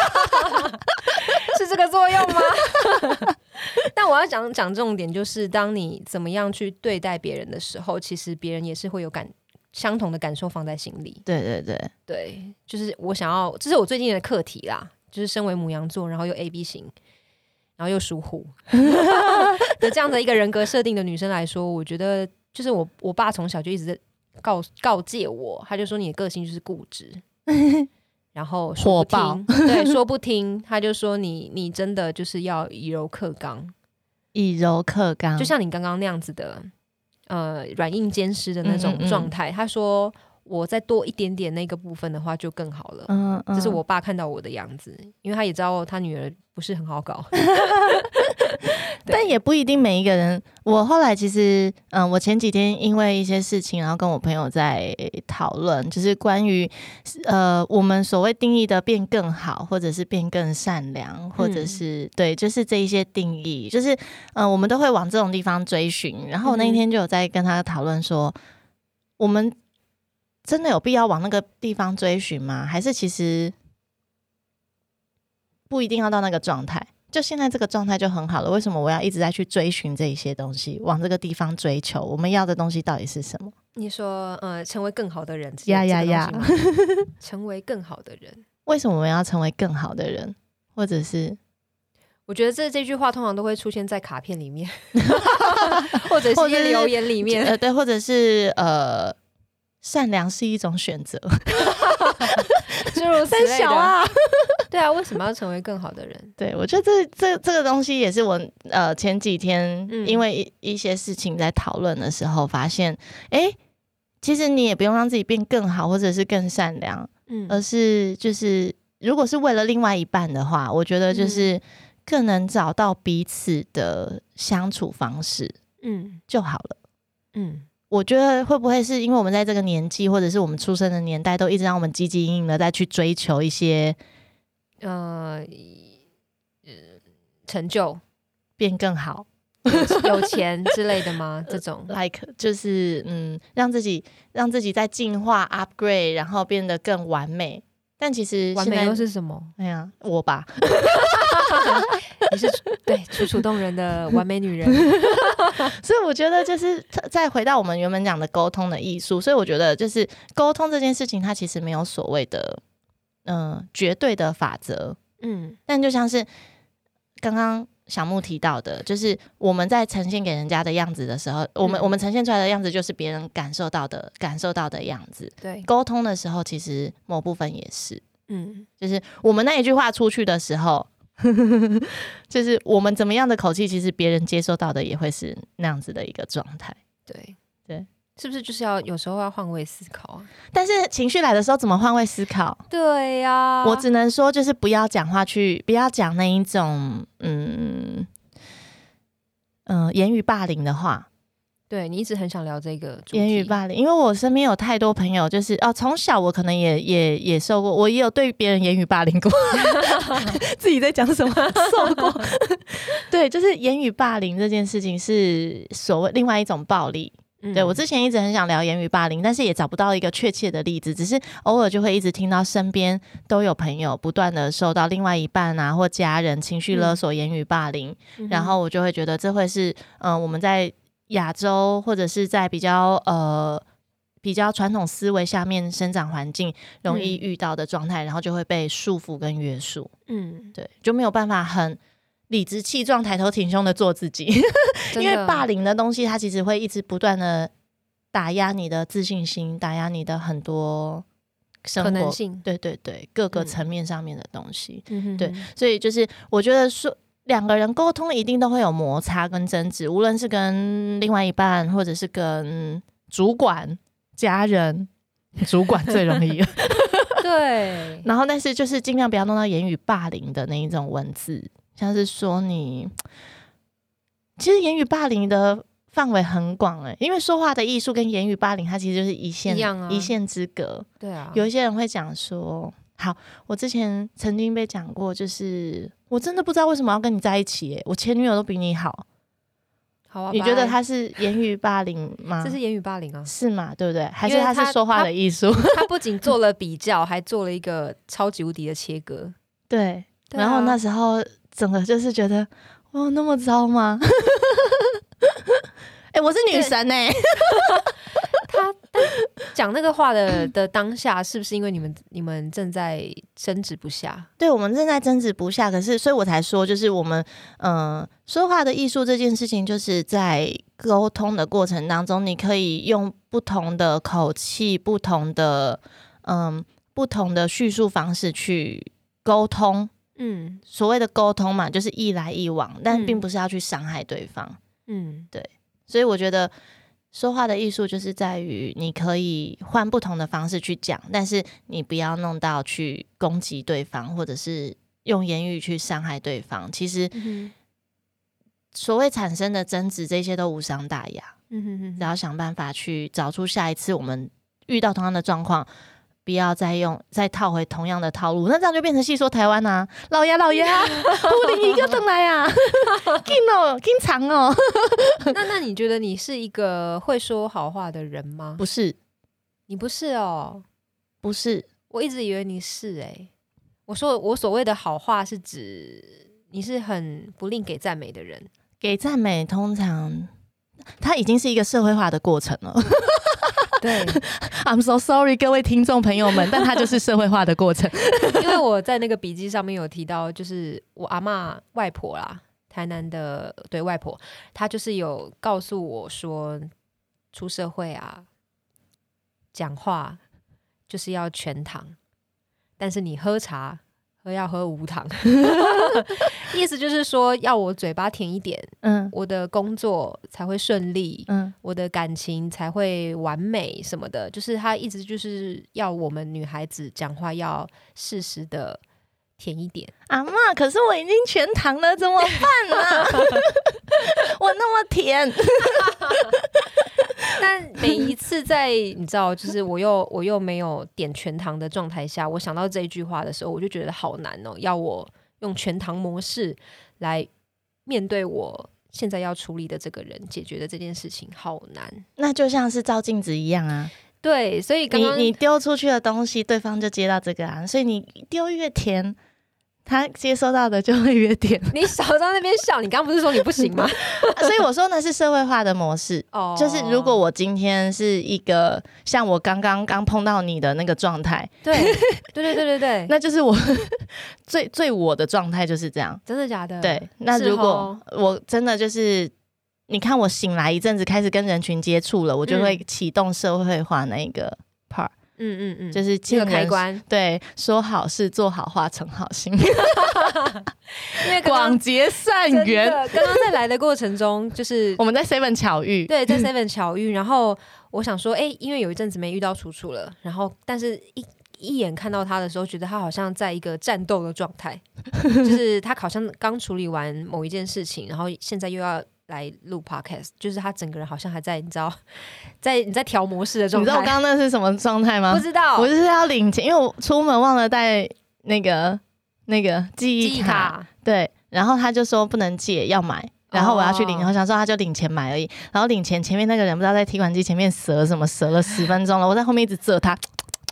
是这个作用吗？但我要讲讲重点，就是当你怎么样去对待别人的时候，其实别人也是会有感。相同的感受放在心里， 对对对对，就是我想要，这是我最近的课题啦。就是身为牡羊座，然后又 A B 型，然后又属虎的这样的一个人格设定的女生来说，我觉得就是我我爸从小就一直在告告诫我，他就说你的个性就是固执，然后说不听，对，说不听，他就说你你真的就是要以柔克刚， 以柔克刚， 就像你刚刚那样子的。呃，软硬兼施的那种状态、嗯嗯嗯。他说，我再多一点点那个部分的话，就更好了。嗯嗯，这是我爸看到我的样子，因为他也知道他女儿不是很好搞。 但也不一定每一个人。我后来其实，嗯，我前几天因为一些事情，然后跟我朋友在讨论，就是关于呃我们所谓定义的变更好，或者是变更善良，或者是、嗯、对，就是这一些定义，就是嗯、呃，我们都会往这种地方追寻。然后我那一天就有在跟他讨论说，嗯、我们真的有必要往那个地方追寻吗？还是其实不一定要到那个状态？就现在这个状态就很好了，为什么我要一直在去追寻这一些东西，往这个地方追求？我们要的东西到底是什么？ 你说，呃，成为更好的人， 呀呀呀， 成为更好的人， 为什么我们要成为更好的人？或者是， 我觉得这这句话通常都会出现在卡片里面，或者是留言里面， 呃，对，或者是呃，善良是一种选择， 诸如此类的啊。对啊，为什么要成为更好的人？ 对，我觉得这这这个东西也是我呃前几天因为 一,、嗯、一些事情在讨论的时候发现，哎，其实你也不用让自己变更好，或者是更善良，嗯，而是就是如果是为了另外一半的话，我觉得就是更能找到彼此的相处方式，嗯，就好了，嗯。我觉得会不会是因为我们在这个年纪，或者是我们出生的年代，都一直让我们汲汲营营的再去追求一些。呃， 成就变更好有, 有钱之类的吗？这种 like 就是嗯，让自己让自己在进化 upgrade， 然后变得更完美。但其实完美又是什么？ 哎呀，我吧， 你是对楚楚动人的完美女人。 所以我觉得就是再回到我们原本讲的沟通的艺术，所以我觉得就是沟通这件事情，它其实没有所谓的。嗯、呃，绝对的法则，嗯，但就像是刚刚小木提到的，就是我们在呈现给人家的样子的时候，嗯、我们我们呈现出来的样子就是别人感受到的感受到的样子。 对， 沟通的时候，其实某部分也是，嗯，就是我们那一句话出去的时候，就是我们怎么样的口气，其实别人接收到的也会是那样子的一个状态。 对对， 是不是就是要有时候要换位思考啊？ 但是情绪来的时候怎么换位思考？ 对呀、啊， 我只能说就是不要讲话去，不要讲那一种嗯嗯、呃、言语霸凌的话。 对，你一直很想聊这个主题言语霸凌，因为我身边有太多朋友，就是哦，从小我可能也也也受过，我也有对别人言语霸凌过，自己在讲什么受过。对，就是言语霸凌这件事情是所谓另外一种暴力。嗯、对我之前一直很想聊言语霸凌，但是也找不到一个确切的例子，只是偶尔就会一直听到身边都有朋友不断的受到另外一半啊或家人情绪勒索、言语霸凌，嗯、然后我就会觉得这会是嗯、呃、我们在亚洲或者是在比较呃比较传统思维下面生长环境容易遇到的状态、嗯、然后就会被束缚跟约束。嗯，对，就没有办法很理直气壮抬头挺胸的做自己因为霸凌的东西它其实会一直不断的打压你的自信心，打压你的很多生活可能性，对对对，各个层面上面的东西、嗯、对，所以就是我觉得说两个人沟通一定都会有摩擦跟争执，无论是跟另外一半或者是跟主管家人，主管最容易对， 然后但是就是尽量不要弄到言语霸凌的那一种文字，像是说你其实言语霸凌的范围很广哎、欸，因为说话的艺术跟言语霸凌它其实就是一线一样、啊、一线之隔。对啊，有一些人会讲说，好，我之前曾经被讲过，就是我真的不知道为什么要跟你在一起、欸、我前女友都比你好。好啊，你觉得他是言语霸凌吗？ 这是言语霸凌啊， 是吗？对不对？还是他是说话的艺术？ 他不仅做了比较，还做了一个超级无敌的切割。 对，对啊、然后那时候整个就是觉得，哦，那么糟吗？哎、欸，我是女神哎、欸。 他讲那个话的的当下，是不是因为你们你们正在争执不下？ 对，我们正在争执不下，可是所以我才说，就是我们嗯、呃、说话的艺术这件事情，就是在沟通的过程当中，你可以用不同的口气、不同的嗯不同的叙述方式去沟通。嗯，所谓的沟通嘛，就是一来一往，但并不是要去伤害对方。嗯，对，所以我觉得。说话的艺术就是在于你可以换不同的方式去讲，但是你不要弄到去攻击对方，或者是用言语去伤害对方。其实、嗯、所谓产生的争执，这些都无伤大雅。嗯哼哼，只要想办法去找出下一次我们遇到同样的状况，不要再用再套回同样的套路，那这样就变成戏说台湾啊，老爷老爷啊，五零一个等来啊，紧哦，紧长哦。 那那你觉得你是一个会说好话的人吗？ 不是， 你不是哦， 不是， 我一直以为你是哎、欸。我说我所谓的好话是指你是很不吝给赞美的人， 给赞美通常它已经是一个社会化的过程了。 对 I'm so sorry 各位听众朋友们，但它就是社会化的过程。 因为我在那个笔记上面有提到，就是我阿嬷外婆啦，台南的对外婆，她就是有告诉我说，出社会啊，讲话就是要全糖，但是你喝茶喝要喝无糖。意思就是说要我嘴巴甜一点，嗯，我的工作才会顺利，嗯，我的感情才会完美什么的，就是他一直就是要我们女孩子讲话要适时的甜一点。 阿嬷，可是我已经全糖了，怎么办啊？我那么甜。 但每一次在你知道就是我又我又没有点全糖的状态下，我想到这一句话的时候，我就觉得好难哦，要我用全糖模式来面对我现在要处理的这个人，解决的这件事情好难。 那就像是照镜子一样啊。 对，所以刚刚你你丢出去的东西对方就接到这个啊，所以你丢越甜他接收到的就会越甜。 你少在那边笑，你刚刚不是说你不行吗？ 所以我说那是社会化的模式、oh. 就是如果我今天是一个像我刚刚刚碰到你的那个状态， 对对对对对对， 那就是我最最我的状态就是这样。 真的假的？ 对，那如果我真的就是你看我醒来一阵子开始跟人群接触了，我就会启动社会化那一个 part。嗯嗯嗯，就是这个开关， 对，说好事做好话成好心。因为广结善缘。 刚刚在来的过程中，就是我们在 seven 巧遇， 对，在 seven 巧遇，然后我想说，哎、欸，因为有一阵子没遇到楚楚了，然后但是一一眼看到他的时候，觉得他好像在一个战斗的状态，就是他好像刚处理完某一件事情，然后现在又要来录 podcast， 就是他整个人好像还在，你知道，在你在调模式的状态。 你知道我刚刚那是什么状态吗？ 不知道， 我就是要领钱，因为我出门忘了带那个那个记忆卡， 卡对，然后他就说不能借，要买。然后我要去领，我想说他就领钱买而已。然后领钱前面那个人不知道在提款机前面折什么，折了十分钟了，我在后面一直折他。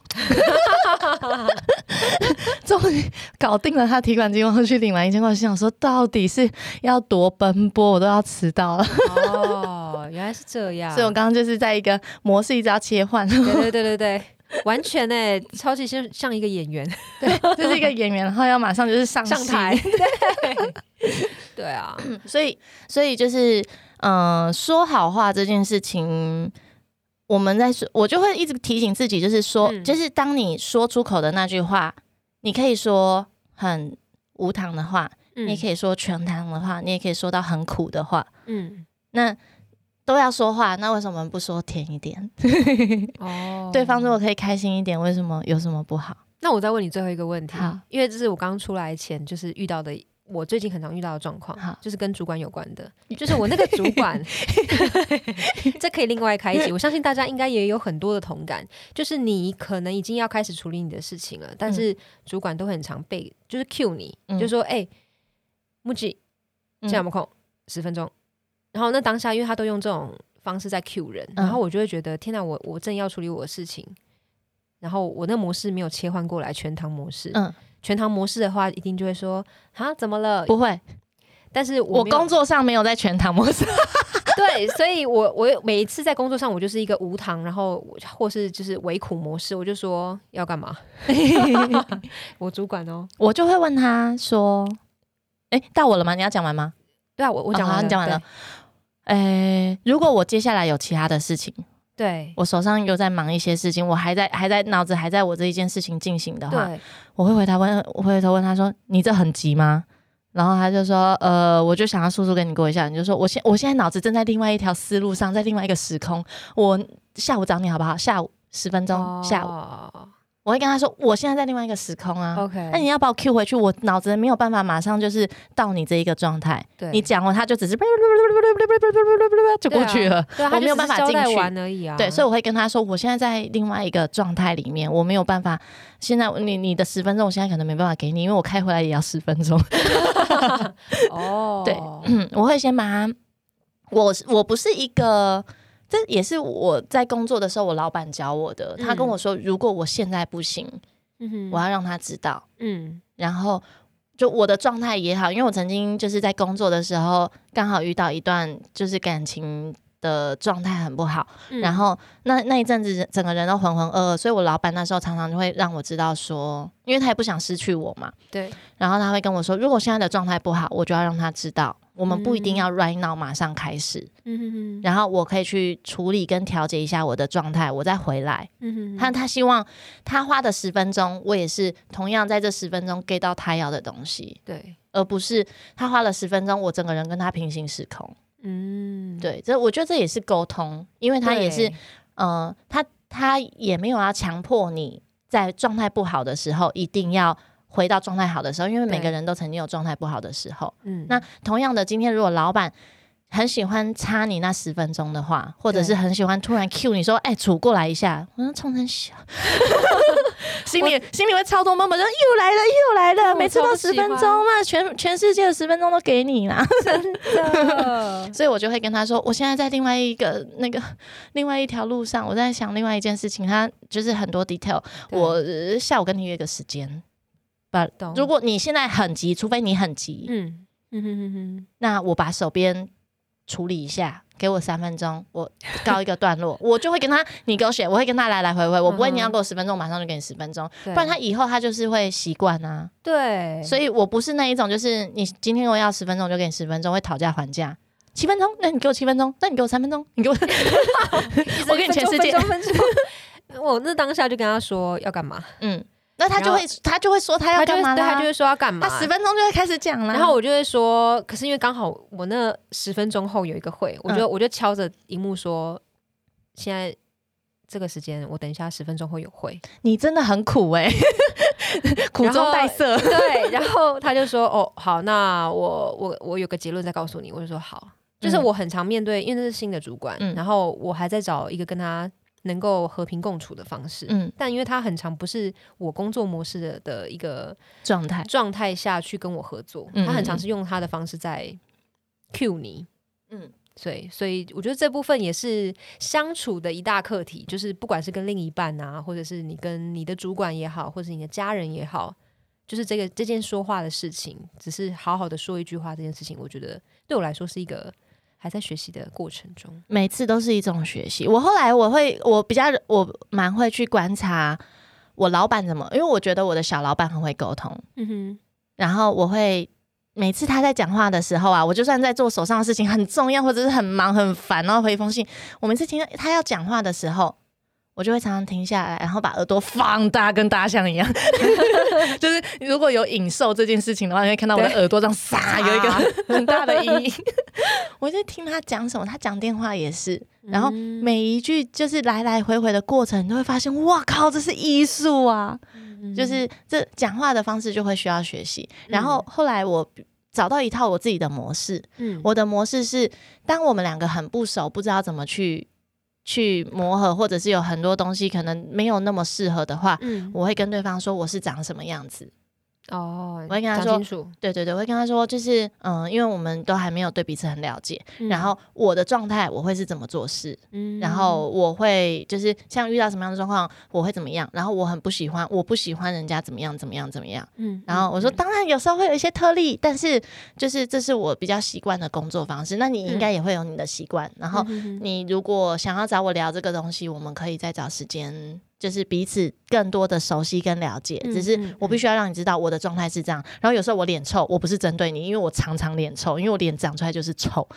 终于搞定了他提款机，我去领完一千块，心想说到底是要多奔波，我都要迟到了。 哦，原来是这样。 所以我刚刚就是在一个模式一直要切换。 对对对对对，完全哎，超级像像一个演员。 对，就是一个演员，然后要马上就是上上台。对对啊， 所以所以就是嗯、呃，说好话这件事情。我们在说，我就会一直提醒自己，就是说、嗯，就是当你说出口的那句话，你可以说很无糖的话，嗯、你也可以说全糖的话，你也可以说到很苦的话，嗯，那都要说话，那为什么不说甜一点？哦，对方如果可以开心一点，为什么有什么不好？ 那我再问你最后一个问题，因为这是我刚出来前就是遇到的。我最近很常遇到的状况，就是跟主管有关的，就是我那个主管，这可以另外开一集。我相信大家应该也有很多的同感，就是你可能已经要开始处理你的事情了，但是主管都很常被就是 cue 你，嗯、就说哎，木吉，现在有没有空？十分钟。然后那当下，因为他都用这种方式在 cue 人，然后我就会觉得，天哪，我我正要处理我的事情，然后我那模式没有切换过来全堂模式，嗯。全堂模式的话，一定就会说啊，怎么了？ 不会， 但是 我, 我工作上没有在全堂模式。 对，所以我我每一次在工作上，我就是一个无糖，然后或是就是微苦模式，我就说要干嘛？我主管哦， 我就会问他说：“哎、欸，到我了吗？你要讲完吗？” 对啊，我我讲完了， 哦、你讲完了。哎、欸，如果我接下来有其他的事情。 对， 我手上又在忙一些事情，我还在还在脑子还在我这一件事情进行的话，我会回他问，我会回头问他说：“你这很急吗？”然后他就说：“呃，我就想要速速跟你过一下。”你就说：“我现我现在脑子正在另外一条思路上，在另外一个时空，我下午找你好不好？下午十分钟，哦、下午。”我会跟他说，我现在在另外一个时空啊 ，OK， 那你要把我 cue 回去，我脑子没有办法马上就是到你这一个状态。你讲完，他就只是就过去了， 对啊、 我没有办法进去玩而已啊。 对，所以我会跟他说，我现在在另外一个状态里面，我没有办法。现在你你的十分钟，我现在可能没办法给你，因为我开回来也要十分钟。哦，对，嗯，我会先把他，我我不是一个。这也是我在工作的时候，我老板教我的。他跟我说，如果我现在不行，嗯、我要让他知道。嗯，然后就我的状态也好，因为我曾经就是在工作的时候，刚好遇到一段就是感情的状态很不好，嗯、然后那那一阵子整个人都浑浑噩噩，所以我老板那时候常常就会让我知道说，因为他也不想失去我嘛。 对， 然后他会跟我说，如果现在的状态不好，我就要让他知道。我们不一定要 right now 马上开始，嗯、然后我可以去处理跟调节一下我的状态，我再回来。嗯、他他希望他花的十分钟，我也是同样在这十分钟 get 到他要的东西， 对， 而不是他花了十分钟，我整个人跟他平行时空。嗯，对，这我觉得这也是沟通，因为他也是，呃，他他也没有要强迫你在状态不好的时候一定要。回到状态好的时候，因为每个人都曾经有状态不好的时候。嗯，那同样的，今天如果老板很喜欢插你那十分钟的话，或者是很喜欢突然 cue 你说：“哎、欸，楚过来一下。”我说：“冲很小，心里心里会超多妈妈说：“又来了，又来了，每次都十分钟嘛，全全世界的十分钟都给你啦。” 真的， 所以我就会跟他说：“我现在在另外一个那个另外一条路上，我在想另外一件事情，他就是很多 detail。我、呃、下午跟你约个时间。”如果你现在很急，除非你很急，嗯嗯哼哼哼，那我把手边处理一下，给我三分钟，我告一个段落，我就会跟他你给我写，我会跟他来来回回，我不会你要给我十分钟，马上就给你十分钟，不然他以后他就是会习惯啊。 对， 所以我不是那一种，就是你今天我要十分钟，就给你十分钟，会讨价还价。七分钟，那你给我七分钟，那你给我三分钟，你给我，我给你全世界。 我那当下就跟他说要干嘛，嗯。 那他就会他就会说他要干嘛啦， 他就会说要干嘛， 他十分钟就会开始讲了。 然后我就会说，可是因为刚好我那十分钟后有一个会，我就、嗯、我就敲着荧幕说，现在这个时间我等一下十分钟会有会。 你真的很苦哎、欸，苦中带涩。 对，然后他就说哦好，那我我我有个结论再告诉你。我就说好，就是我很常面对，因为那是新的主管、嗯、然后我还在找一个跟他能够和平共处的方式、嗯、但因为他很常不是我工作模式 的, 的一个状态状态下去跟我合作、嗯、他很常是用他的方式在 cue 你，嗯，所以所以我觉得这部分也是相处的一大课题，就是不管是跟另一半啊，或者是你跟你的主管也好，或者是你的家人也好，就是这个这件说话的事情，只是好好的说一句话，这件事情我觉得对我来说是一个还在学习的过程中， 每次都是一种学习。我后来我会我比较我蛮会去观察我老板怎么，因为我觉得我的小老板很会沟通，嗯哼，然后我会每次他在讲话的时候啊，我就算在做手上的事情很重要或者是很忙很烦，然后回一封信，我每次听他要讲话的时候，我就会常常停下来，然后把耳朵放大，跟大象一样就是如果有影兽这件事情的话，你会看到我的耳朵这样撒有一个很大的阴影我就听他讲什么，他讲电话也是，然后每一句就是来来回回的过程，你都会发现哇靠，这是艺术啊、嗯、就是这讲话的方式就会需要学习。然后后来我找到一套我自己的模式、嗯、我的模式是当我们两个很不熟，不知道怎么去去磨合，或者是有很多东西可能没有那么适合的话、嗯、我会跟对方说我是长什么样子哦，我会跟他说，对对对，我会跟他说，就是嗯，因为我们都还没有对彼此很了解、嗯、然后我的状态我会是怎么做事、嗯、然后我会就是像遇到什么样的状况我会怎么样，然后我很不喜欢我不喜欢人家怎么样怎么样怎么样、嗯、然后我说、嗯、当然有时候会有一些特例，但是就是这是我比较习惯的工作方式，那你应该也会有你的习惯、嗯、然后你如果想要找我聊这个东西，我们可以再找时间，就是彼此更多的熟悉跟了解、嗯、只是我必须要让你知道我的状态是这样，然后有时候我脸臭，我不是针对你，因为我常常脸臭，因为我脸长出来就是臭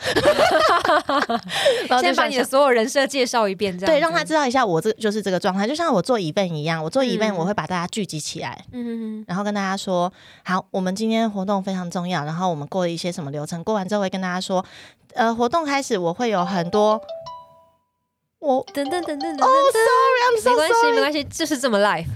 先把你的所有人设介绍一遍，这样对，让他知道一下我这就是这个状态，就像我做 event 一样，我做 event 我会把大家聚集起来、嗯、然后跟大家说好，我们今天活动非常重要，然后我们过一些什么流程，过完之后会跟大家说呃，活动开始我会有很多我等等等等等等， Oh sorry I'm so sorry， 没关系没关系，就是这么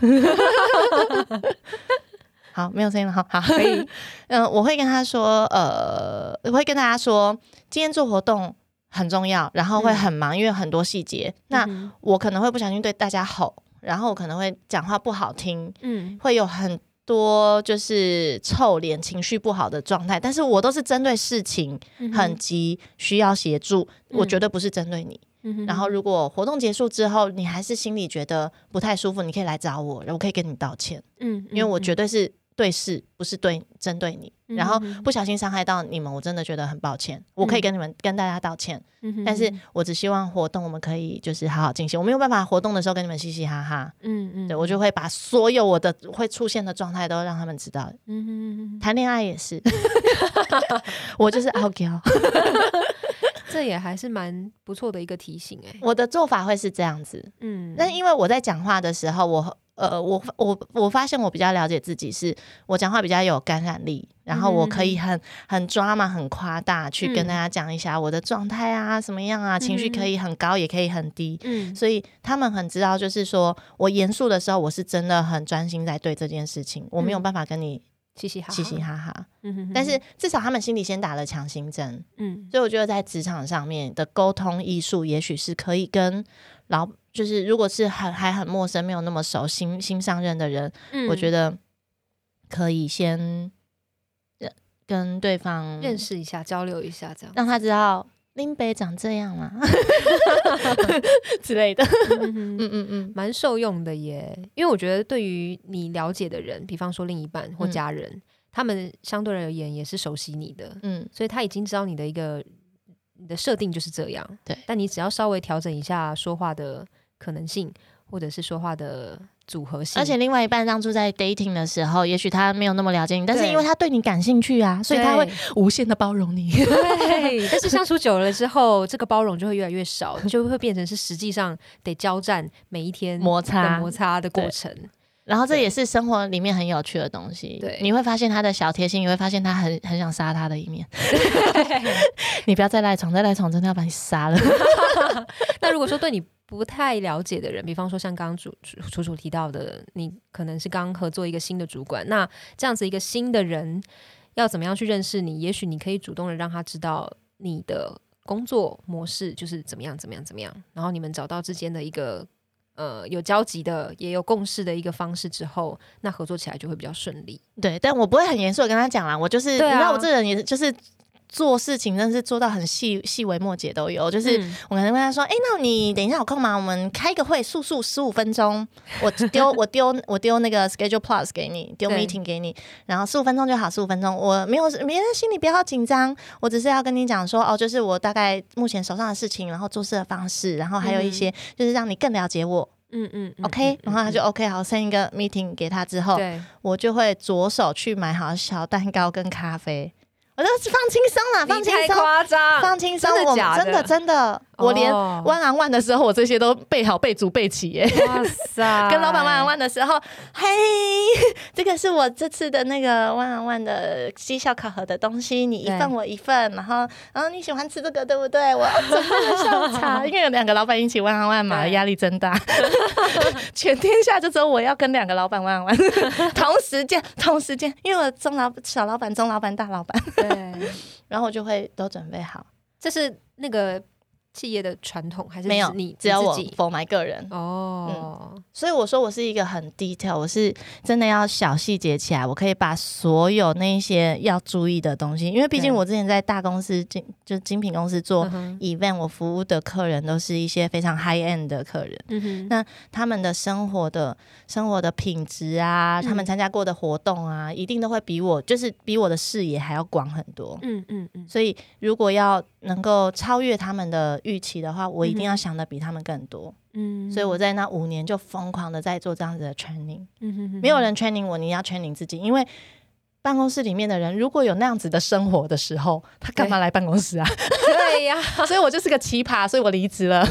live 好，没有声音了，好好可以嗯、呃，我会跟他说呃，我会跟大家说今天做活动很重要，然后会很忙、嗯、因为很多细节、嗯、那我可能会不小心对大家吼，然后我可能会讲话不好听，嗯，会有很多就是臭脸情绪不好的状态，但是我都是针对事情很急需要协助、嗯、我绝对不是针对你、嗯、然后如果活动结束之后你还是心里觉得不太舒服，你可以来找我，我可以跟你道歉，嗯，因为我绝对是对事不是对针对你、嗯、然后不小心伤害到你们，我真的觉得很抱歉，我可以跟你们、嗯、跟大家道歉、嗯、但是我只希望活动我们可以就是好好进行，我没有办法活动的时候跟你们嘻嘻哈哈，嗯嗯，对，我就会把所有我的会出现的状态都让他们知道，嗯，谈恋爱也是我就是傲娇这也还是蛮不错的一个提醒、欸、 我的做法会是这样子，嗯，但因为我在讲话的时候我呃，我我我发现我比较了解自己，是我讲话比较有感染力，然后我可以很很抓嘛，很夸大去跟大家讲一下我的状态啊，什么样啊，情绪可以很高也可以很低，嗯，所以他们很知道，就是说我严肃的时候，我是真的很专心在对这件事情，我没有办法跟你嘻嘻哈哈嘻嘻哈哈，嗯，但是至少他们心里先打了强心针，嗯，所以我觉得在职场上面的沟通艺术，也许是可以跟老就是如果是很还很陌生没有那么熟新新上任的人、嗯、我觉得可以先跟对方认识一下交流一下，这样让他知道林北长这样嘛之类的嗯嗯嗯， 蛮受用的耶，因为我觉得对于你了解的人，比方说另一半或家人、嗯、他们相对而言也是熟悉你的，嗯，所以他已经知道你的一个你的设定就是这样， 对， 但你只要稍微调整一下说话的可能性，或者是说话的组合性， 而且另外一半当初在 dating 的时候，也许他没有那么了解你，但是因为他对你感兴趣啊，所以他会无限的包容你， 对但是相处久了之后这个包容就会越来越少，就会变成是实际上得交战每一天摩擦摩擦的过程， 然后这也是生活里面很有趣的东西，对，你会发现他的小贴心，你会发现他很很想杀他的一面你不要再赖床，再赖床真的要把你杀了那如果说对你不太了解的人，比方说像刚刚楚楚楚提到的，你可能是刚合作一个新的主管，那这样子一个新的人要怎么样去认识你？也许你可以主动的让他知道你的工作模式就是怎么样怎么样怎么样，然后你们找到之间的一个呃有交集的也有共识的一个方式之后，那合作起来就会比较顺利。 对，但我不会很严肃的跟他讲啦，我就是、 啊、 你知道我这个人也就是做事情真的是做到很细细微末节都有，就是我可能跟他说，哎、嗯欸，那你等一下有空吗？我们开个会，速速十五分钟，我丢我丢我丢那个 Schedule Plus 给你，丢 meeting 给你，然后十五分钟就好，十五分钟，我没有没人心里不要紧张，我只是要跟你讲说，哦，就是我大概目前手上的事情，然后做事的方式，然后还有一些就是让你更了解我。嗯嗯 ，OK， 嗯然后他就 OK， 好 ，send 一个 meeting 给他之后，我就会着手去买好小蛋糕跟咖啡。我就是放轻松啦，放轻松， 太夸张， 放轻松， 真的假的？ 真的真的，我连 one on one 的时候，我这些都备好备足备齐耶。哇塞！跟老板 one on one 的时候，嘿，这个是我这次的那个 one on one 的绩效考核的东西，你一份我一份，然后然后你喜欢吃这个对不对？我要准备了下午茶，因为有两个老板一起 one on one 嘛，压力真大。全天下就只有我要跟两个老板 one on one， 同时间同时间，因为我中老小老板、中老板、大老板。对，然后我就会都准备好。 这是那个企业的传统还是没有？ 你只有我自己 for my 个人哦、嗯。所以我说我是一个很 detail， 我是真的要小细节起来，我可以把所有那些要注意的东西，因为毕竟我之前在大公司精就精品公司做 event，、嗯、我服务的客人都是一些非常 high end 的客人，嗯、那他们的生活的生活的品质啊，他们参加过的活动啊，一定都会比我就是比我的视野还要广很多。嗯嗯嗯。所以如果要能够超越他们的预期的话，我一定要想的比他们更多。嗯，所以我在那五年就疯狂的在做这样子的 training。嗯哼哼，没有人 training 我，你要 training 自己，因为办公室里面的人如果有那样子的生活的时候，他干嘛来办公室啊？ 对呀， 所以我就是个奇葩，所以我离职了。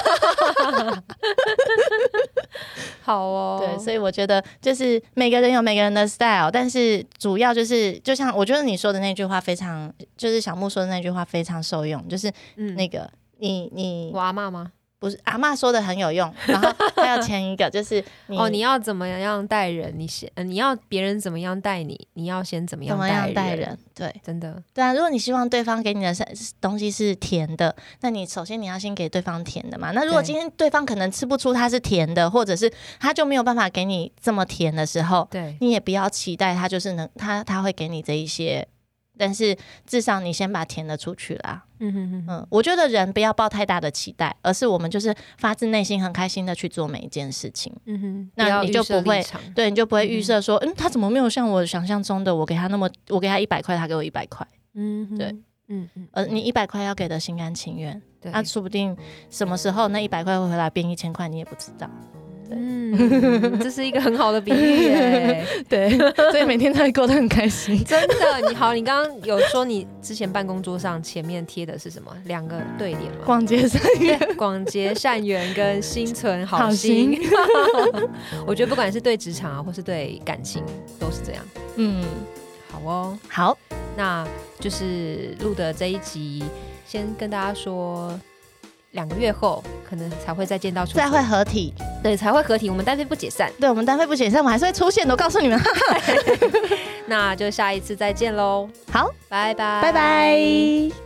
好哦， 对，所以我觉得就是每个人有每个人的 style， 但是主要就是就像我觉得你说的那句话非常，就是小木说的那句话非常受用，就是那个、嗯、你你我阿嬷吗？ 不是，阿嬷说的很有用，然后还有前一个就是你哦，你要怎么样待人，你先、呃、你要别人怎么样待你，你要先怎么样待人， 待人，对， 真的， 对啊。如果你希望对方给你的东西是甜的，那你首先你要先给对方甜的嘛。那如果今天对方可能吃不出它是甜的，或者是他就没有办法给你这么甜的时候，对，你也不要期待他就是能他他会给你这一些。但是至少你先把甜的出去啦。嗯哼哼嗯，我觉得人不要抱太大的期待，而是我们就是发自内心很开心的去做每一件事情。嗯哼，那你就不会，对，你就不会预设说，嗯，他怎么没有像我想象中的，我给他那么，我给他一百块，他给我一百块。嗯哼，对，嗯嗯，而你一百块要给的心甘情愿，那、啊、说不定什么时候那一百块会回来变一千块，你也不知道。 嗯，这是一个很好的比喻耶。 对，所以每天都会过得很开心。 真的，你好，你刚刚有说你之前办公桌上前面贴的是什么？两个对联吗？ 广结善缘， 广结善缘跟心存好心。好心我觉得不管是对职场啊，或是对感情，都是这样。嗯，好哦， 好， 那就是录的这一集，先跟大家说。两个月后可能才会再见到楚楚， 再会合体， 对，才会合体。我们单飞不解散， 对，我们单飞不解散，我们还是会出现的，我告诉你们。 那就下一次再见喽。 好， 拜拜， 拜拜。